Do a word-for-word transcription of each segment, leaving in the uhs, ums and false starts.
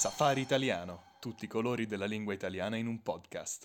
Safari Italiano, tutti i colori della lingua italiana in un podcast.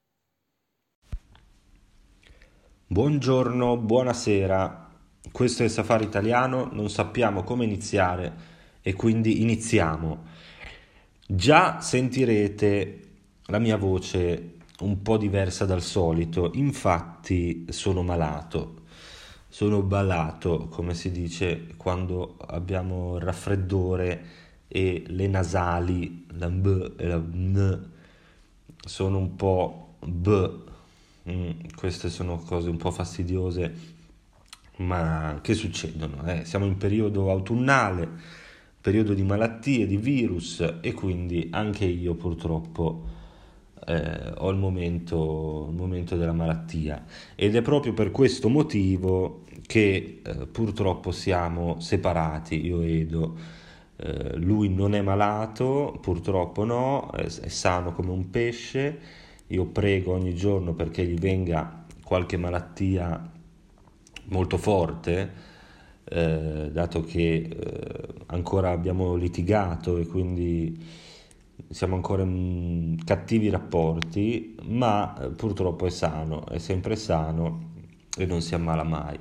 Buongiorno, buonasera. Questo è Safari Italiano, non sappiamo come iniziare e quindi iniziamo. Già sentirete la mia voce un po' diversa dal solito, infatti sono malato. Sono balato, come si dice quando abbiamo il raffreddore e le nasali, la B e la N, sono un po' B. Mm, queste sono cose un po' fastidiose, ma che succedono? Eh? Siamo in periodo autunnale, periodo di malattie, di virus e quindi anche io purtroppo eh, ho il momento, il momento della malattia ed è proprio per questo motivo che eh, purtroppo siamo separati, io e Edo. Eh, lui non è malato, purtroppo no, è, è sano come un pesce. Io prego ogni giorno perché gli venga qualche malattia molto forte, eh, dato che eh, ancora abbiamo litigato e quindi siamo ancora in cattivi rapporti, ma eh, purtroppo è sano, è sempre sano e non si ammala mai.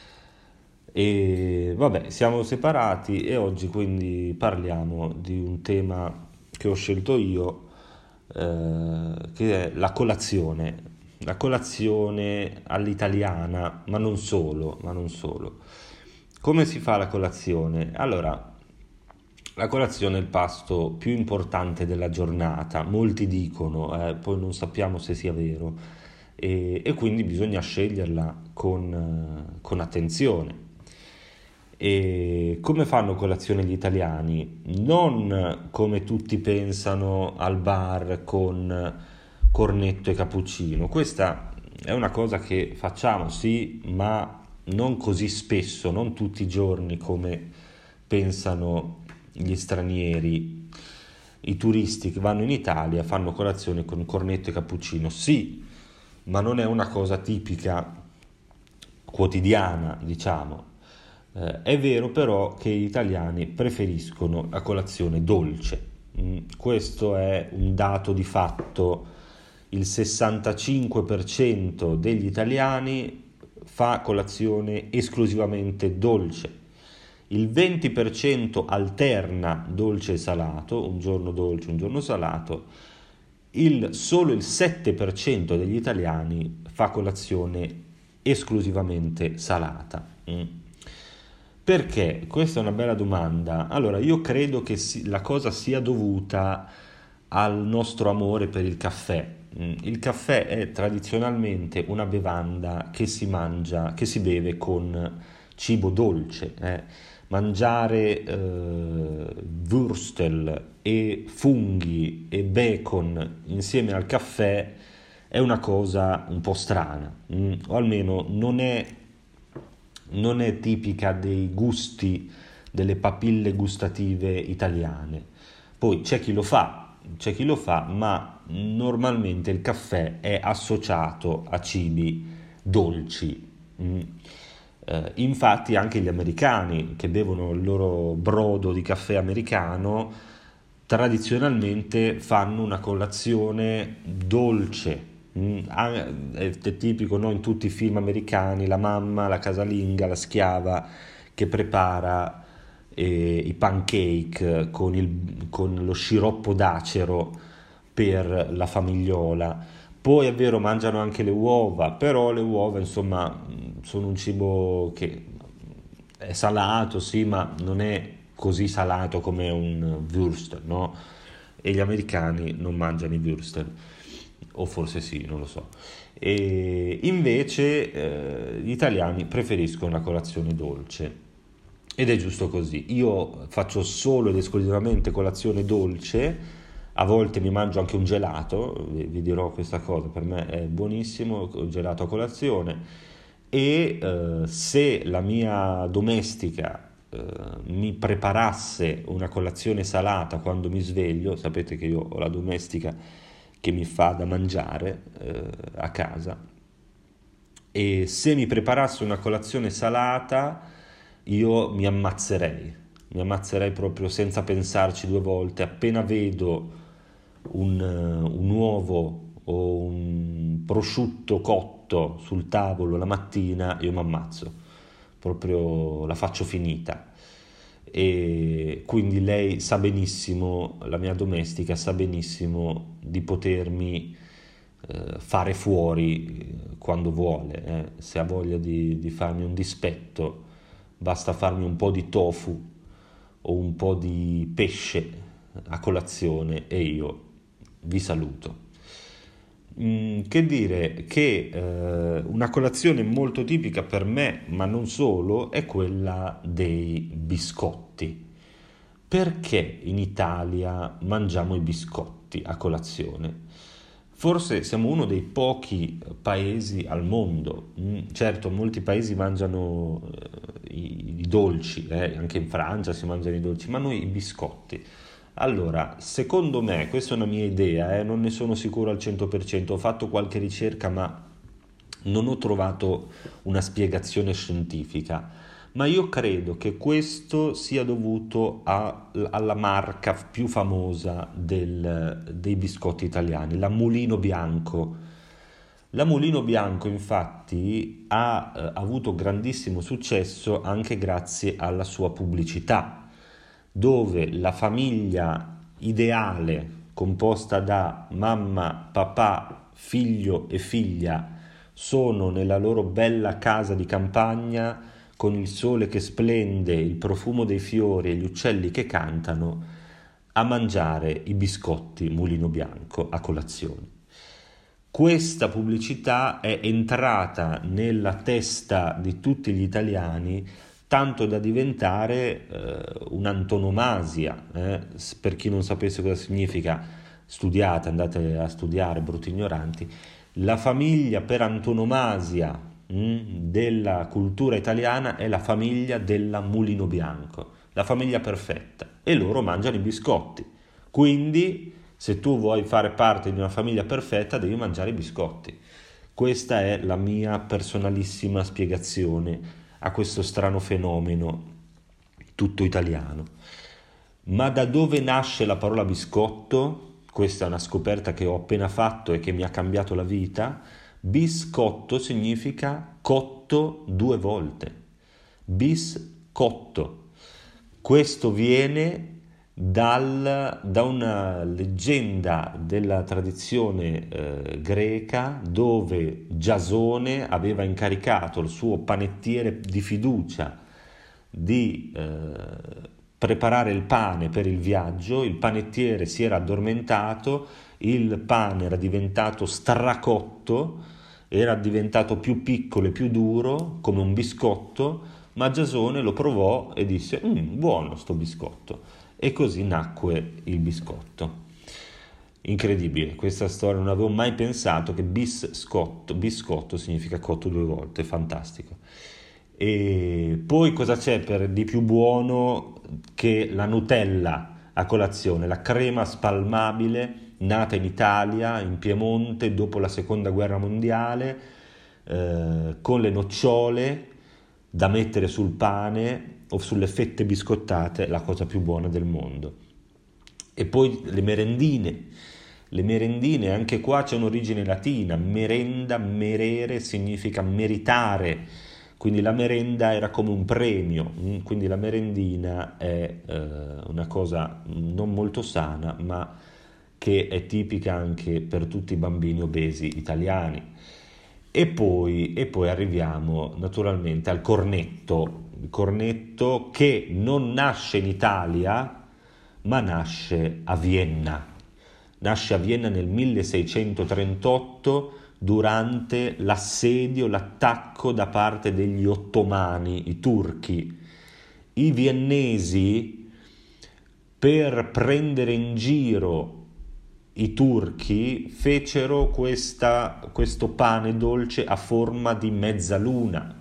E vabbè, siamo separati e oggi quindi parliamo di un tema che ho scelto io, eh, che è la colazione. La colazione all'italiana, ma non solo, ma non solo. Come si fa la colazione? Allora, la colazione è il pasto più importante della giornata, molti dicono, eh, poi non sappiamo se sia vero, e, e quindi bisogna sceglierla con, eh, con attenzione. E come fanno colazione gli italiani? Non come tutti pensano al bar con cornetto e cappuccino. Questa è una cosa che facciamo, sì, ma non così spesso, non tutti i giorni come pensano gli stranieri. I turisti che vanno in Italia fanno colazione con cornetto e cappuccino, sì, ma non è una cosa tipica quotidiana, diciamo. Eh, è vero però che gli italiani preferiscono la colazione dolce. Mm, questo è un dato di fatto. Il sessantacinque per cento degli italiani fa colazione esclusivamente dolce. Il venti per cento alterna dolce e salato, un giorno dolce, un giorno salato. Il, solo il sette per cento degli italiani fa colazione esclusivamente salata. Mm. Perché? Questa è una bella domanda. Allora, io credo che si- la cosa sia dovuta al nostro amore per il caffè. Mm, Il caffè è tradizionalmente una bevanda che si mangia, che si beve con cibo dolce. eh. Mangiare eh, würstel e funghi e bacon insieme al caffè è una cosa un po' strana, mm, o almeno non è non è tipica dei gusti, delle papille gustative italiane. Poi c'è chi lo fa, c'è chi lo fa, ma normalmente il caffè è associato a cibi dolci. Mm. Eh, infatti anche gli americani che bevono il loro brodo di caffè americano tradizionalmente fanno una colazione dolce. Mm, ah, È, è tipico, no, in tutti i film americani, la mamma, la casalinga, la schiava che prepara eh, i pancake con, il, con lo sciroppo d'acero per la famigliola. Poi è vero, mangiano anche le uova, però le uova, insomma, mh, sono un cibo che è salato, sì, ma non è così salato come un würstel, no? E gli americani non mangiano i würstel, o forse sì, non lo so. E invece eh, gli italiani preferiscono la colazione dolce. Ed è giusto così. Io faccio solo ed esclusivamente colazione dolce, a volte mi mangio anche un gelato, vi, vi dirò questa cosa, per me è buonissimo, il gelato a colazione. E eh, se la mia domestica eh, mi preparasse una colazione salata quando mi sveglio, sapete che io ho la domestica che mi fa da mangiare eh, a casa, e se mi preparasse una colazione salata io mi ammazzerei, mi ammazzerei proprio senza pensarci due volte. Appena vedo un, un uovo o un prosciutto cotto sul tavolo la mattina, io mi ammazzo, proprio la faccio finita. E quindi lei sa benissimo, la mia domestica sa benissimo di potermi eh, fare fuori eh, quando vuole, eh. Se ha voglia di, di farmi un dispetto, basta farmi un po' di tofu o un po' di pesce a colazione e io vi saluto. Mm, che dire che eh, una colazione molto tipica per me, ma non solo, è quella dei biscotti. Perché in Italia mangiamo i biscotti a colazione? Forse siamo uno dei pochi paesi al mondo. Mm, certo, molti paesi mangiano eh, i, i dolci, eh, anche in Francia si mangiano i dolci, ma noi i biscotti. Allora, secondo me, questa è una mia idea, eh, non ne sono sicuro al cento per cento, ho fatto qualche ricerca ma non ho trovato una spiegazione scientifica, ma io credo che questo sia dovuto a- alla marca più famosa del- dei biscotti italiani, la Mulino Bianco. La Mulino Bianco infatti ha eh, avuto grandissimo successo anche grazie alla sua pubblicità, dove la famiglia ideale composta da mamma, papà, figlio e figlia sono nella loro bella casa di campagna con il sole che splende, il profumo dei fiori e gli uccelli che cantano a mangiare i biscotti Mulino Bianco a colazione. Questa pubblicità è entrata nella testa di tutti gli italiani tanto da diventare eh, un'antonomasia. Eh? Per chi non sapesse cosa significa, studiate, andate a studiare, brutti ignoranti. La famiglia per antonomasia mh, della cultura italiana è la famiglia della Mulino Bianco, la famiglia perfetta, e loro mangiano i biscotti. Quindi, se tu vuoi fare parte di una famiglia perfetta, devi mangiare i biscotti. Questa è la mia personalissima spiegazione a questo strano fenomeno tutto italiano. Ma da dove nasce la parola biscotto? Questa è una scoperta che ho appena fatto e che mi ha cambiato la vita. Biscotto significa cotto due volte. Biscotto. Questo viene dal, da una leggenda della tradizione eh, greca, dove Giasone aveva incaricato il suo panettiere di fiducia di eh, preparare il pane per il viaggio. Il panettiere si era addormentato, il pane era diventato stracotto, era diventato più piccolo e più duro come un biscotto, ma Giasone lo provò e disse: mm, buono sto biscotto. E così nacque il biscotto. Incredibile, questa storia, non avevo mai pensato che biscotto, biscotto significa cotto due volte, fantastico. E poi cosa c'è per di più buono che la Nutella a colazione, la crema spalmabile nata in Italia, in Piemonte, dopo la seconda guerra mondiale, eh, con le nocciole da mettere sul pane o sulle fette biscottate, la cosa più buona del mondo. E poi le merendine, le merendine, anche qua c'è un'origine latina, merenda, merere significa meritare, quindi la merenda era come un premio, quindi la merendina è eh, una cosa non molto sana, ma che è tipica anche per tutti i bambini obesi italiani. E poi, e poi arriviamo naturalmente al cornetto, il cornetto che non nasce in Italia, ma nasce a Vienna. Nasce a Vienna nel milleseicentotrentotto durante l'assedio, l'attacco da parte degli ottomani, i turchi. I viennesi, per prendere in giro i turchi, fecero questa, questo pane dolce a forma di mezzaluna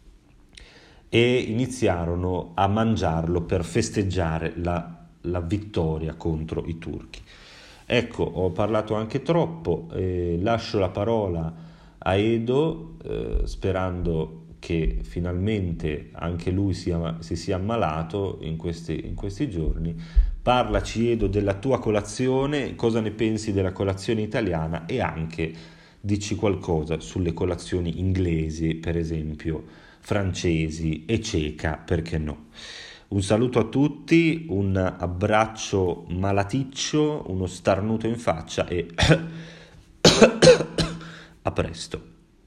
e iniziarono a mangiarlo per festeggiare la, la vittoria contro i turchi. Ecco, ho parlato anche troppo, eh, lascio la parola a Edo, eh, sperando che finalmente anche lui sia- si sia ammalato in questi, in questi giorni. Parlaci, Edo, della tua colazione, cosa ne pensi della colazione italiana e anche dici qualcosa sulle colazioni inglesi, per esempio, francesi e ceca, perché no? Un saluto a tutti, un abbraccio malaticcio, uno starnuto in faccia e a presto.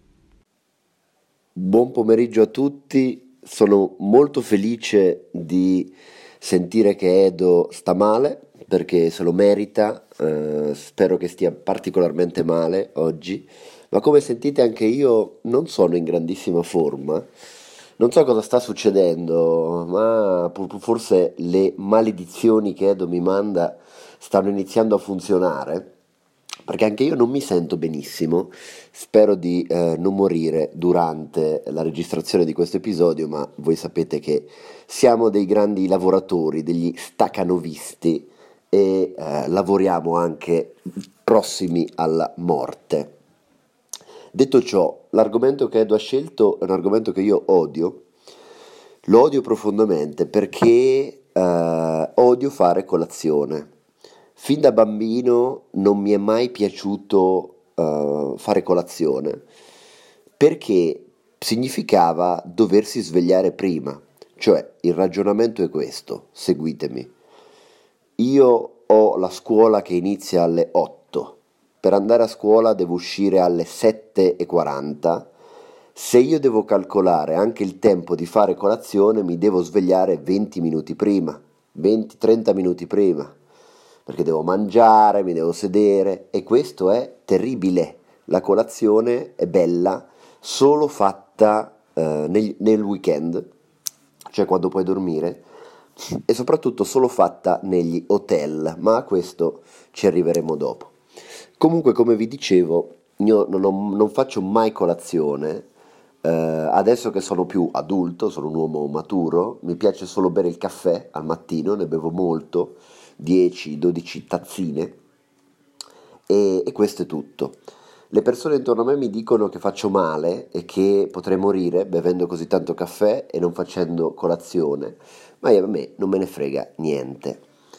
Buon pomeriggio a tutti, sono molto felice di sentire che Edo sta male perché se lo merita, eh, spero che stia particolarmente male oggi, ma come sentite anche io non sono in grandissima forma, non so cosa sta succedendo, ma pu- pu- forse le maledizioni che Edo mi manda stanno iniziando a funzionare. Perché anche io non mi sento benissimo, spero di eh, non morire durante la registrazione di questo episodio, ma voi sapete che siamo dei grandi lavoratori, degli stacanovisti e eh, lavoriamo anche prossimi alla morte. Detto ciò, l'argomento che Edo ha scelto è un argomento che io odio, lo odio profondamente perché eh, odio fare colazione. Fin da bambino non mi è mai piaciuto eh, fare colazione perché significava doversi svegliare prima. Cioè, il ragionamento è questo, seguitemi. Io ho la scuola che inizia alle otto. Per andare a scuola devo uscire alle sette e quaranta. Se io devo calcolare anche il tempo di fare colazione, mi devo svegliare venti minuti prima, venti trenta minuti prima, perché devo mangiare, mi devo sedere e questo è terribile. La colazione è bella solo fatta eh, nel, nel weekend, cioè quando puoi dormire, e soprattutto solo fatta negli hotel, ma a questo ci arriveremo dopo. Comunque, come vi dicevo, io non, ho- non faccio mai colazione. Eh, adesso che sono più adulto, sono un uomo maturo, mi piace solo bere il caffè al mattino, ne bevo molto, dieci dodici tazzine e, e questo è tutto. Le persone intorno a me mi dicono che faccio male e che potrei morire bevendo così tanto caffè e non facendo colazione, ma io- a me non me ne frega niente.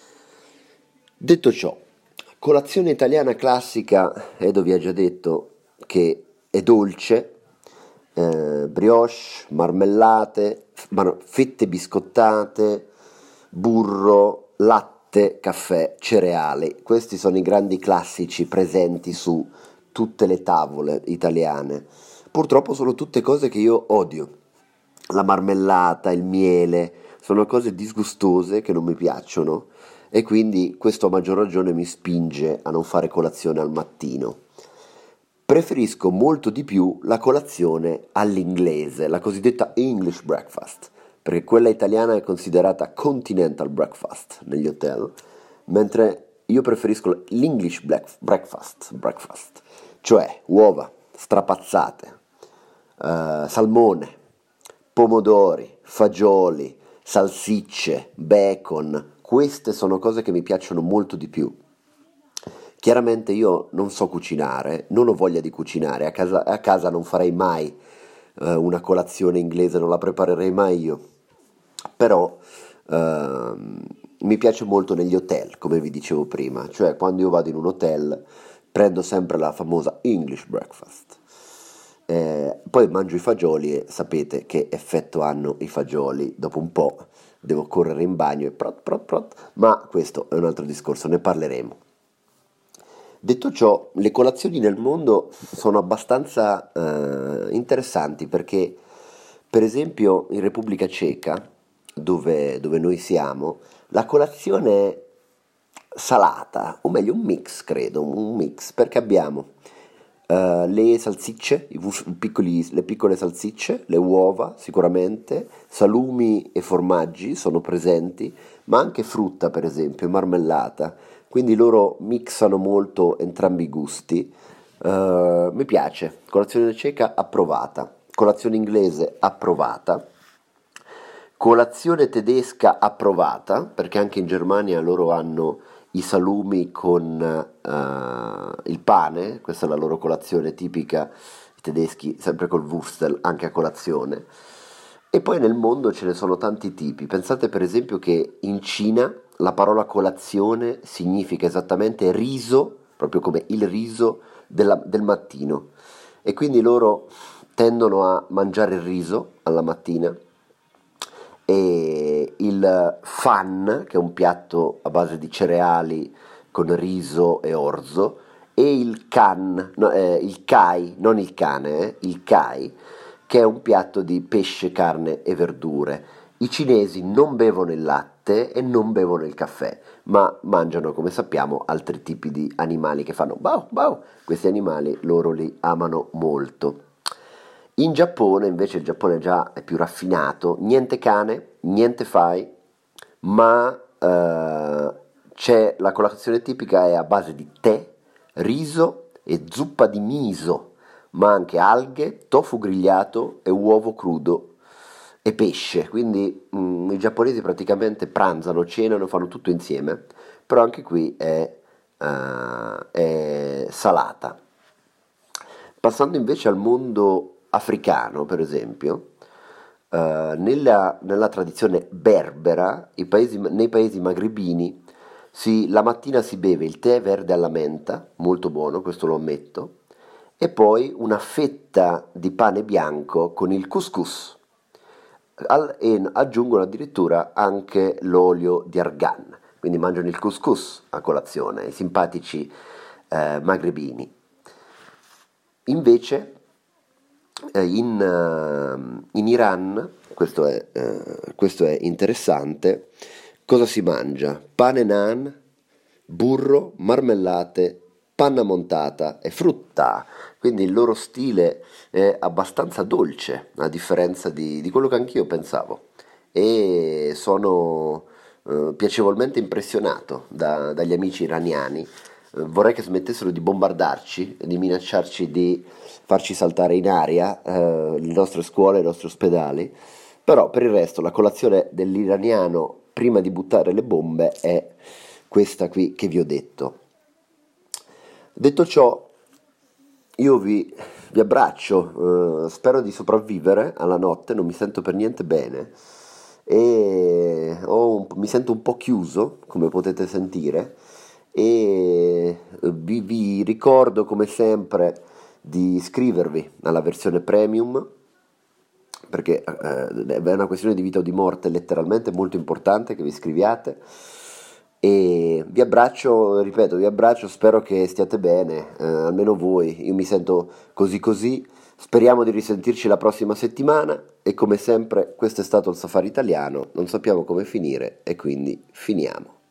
Detto ciò, colazione italiana classica, Edo vi ha già detto che è dolce, eh, brioche, marmellate, mar- fette biscottate, burro, latte, caffè, cereali. Questi sono i grandi classici presenti su tutte le tavole italiane. Purtroppo sono tutte cose che io odio. La marmellata, il miele, sono cose disgustose che non mi piacciono e quindi questo a maggior ragione mi spinge a non fare colazione al mattino. Preferisco molto di più la colazione all'inglese, la cosiddetta English breakfast, perché quella italiana è considerata continental breakfast negli hotel, mentre io preferisco l'English black- breakfast, breakfast, cioè uova strapazzate, eh, salmone, pomodori, fagioli, salsicce, bacon, queste sono cose che mi piacciono molto di più. Chiaramente io non so cucinare, non ho voglia di cucinare, a casa, a casa non farei mai eh, una colazione inglese, non la preparerei mai io, però ehm, mi piace molto negli hotel, come vi dicevo prima, cioè quando io vado in un hotel prendo sempre la famosa English breakfast. Eh, poi mangio i fagioli e sapete che effetto hanno i fagioli, dopo un po' devo correre in bagno e prot prot prot, ma questo è un altro discorso, ne parleremo. Detto ciò, le colazioni nel mondo sono abbastanza eh, interessanti perché, per esempio, in Repubblica Ceca, dove, dove noi siamo, la colazione è salata, o meglio un mix, credo, un mix, perché abbiamo eh, le salsicce, i wuf- piccoli- le piccole salsicce, le uova sicuramente, salumi e formaggi sono presenti, ma anche frutta, per esempio, e marmellata. Quindi loro mixano molto entrambi i gusti. Eh, mi piace. Colazione ceca approvata. Colazione inglese approvata. Colazione tedesca approvata, perché anche in Germania loro hanno i salumi con eh, il pane, questa è la loro colazione tipica tedeschi sempre col Würstel anche a colazione. E poi nel mondo ce ne sono tanti tipi. Pensate per esempio che in Cina la parola colazione significa esattamente riso, proprio come il riso della- del mattino. E quindi loro tendono a mangiare il riso alla mattina, e il fan, che è un piatto a base di cereali con riso e orzo, e il can, no, eh, il kai, non il cane, eh, il kai, che è un piatto di pesce, carne e verdure. I cinesi non bevono il latte e non bevono il caffè, ma mangiano, come sappiamo, altri tipi di animali che fanno bau bau. Questi animali loro li amano molto. In Giappone, invece, il Giappone già è più raffinato, niente cane, niente fai, ma eh, c'è la colazione tipica è a base di tè, riso e zuppa di miso, ma anche alghe, tofu grigliato e uovo crudo e pesce. Quindi mm, i giapponesi praticamente pranzano, cenano, fanno tutto insieme, però anche qui è, eh, è salata. Passando invece al mondo africano, per esempio, eh, nella, nella tradizione berbera, i paesi- nei paesi magrebini, si- la mattina si beve il tè verde alla menta, molto buono, questo lo ammetto, e poi una fetta di pane bianco con il couscous. Al- e aggiungono addirittura anche l'olio di argan, quindi mangiano il couscous a colazione, i simpatici eh, magrebini. Invece eh, in, eh, in Iran, questo è, eh, questo è interessante, cosa si mangia? Pane naan, burro, marmellate, panna montata e frutta. Quindi il loro stile è abbastanza dolce, a differenza di, di quello che anch'io pensavo. E sono eh, piacevolmente impressionato da- dagli amici iraniani. Eh, vorrei che smettessero di bombardarci, di minacciarci di farci saltare in aria eh, le nostre scuole, i nostri ospedali, però per il resto la colazione dell'iraniano prima di buttare le bombe è questa qui che vi ho detto. Detto ciò, io vi, vi abbraccio, eh, spero di sopravvivere alla notte, non mi sento per niente bene e ho un- mi sento un po' chiuso, come potete sentire, e vi, vi ricordo come sempre di iscrivervi alla versione premium, perché eh, è una questione di vita o di morte, letteralmente molto importante che vi iscriviate. E vi abbraccio, ripeto, vi abbraccio, spero che stiate bene, eh, almeno voi, io mi sento così così, speriamo di risentirci la prossima settimana e come sempre questo è stato il Safari Italiano, non sappiamo come finire e quindi finiamo.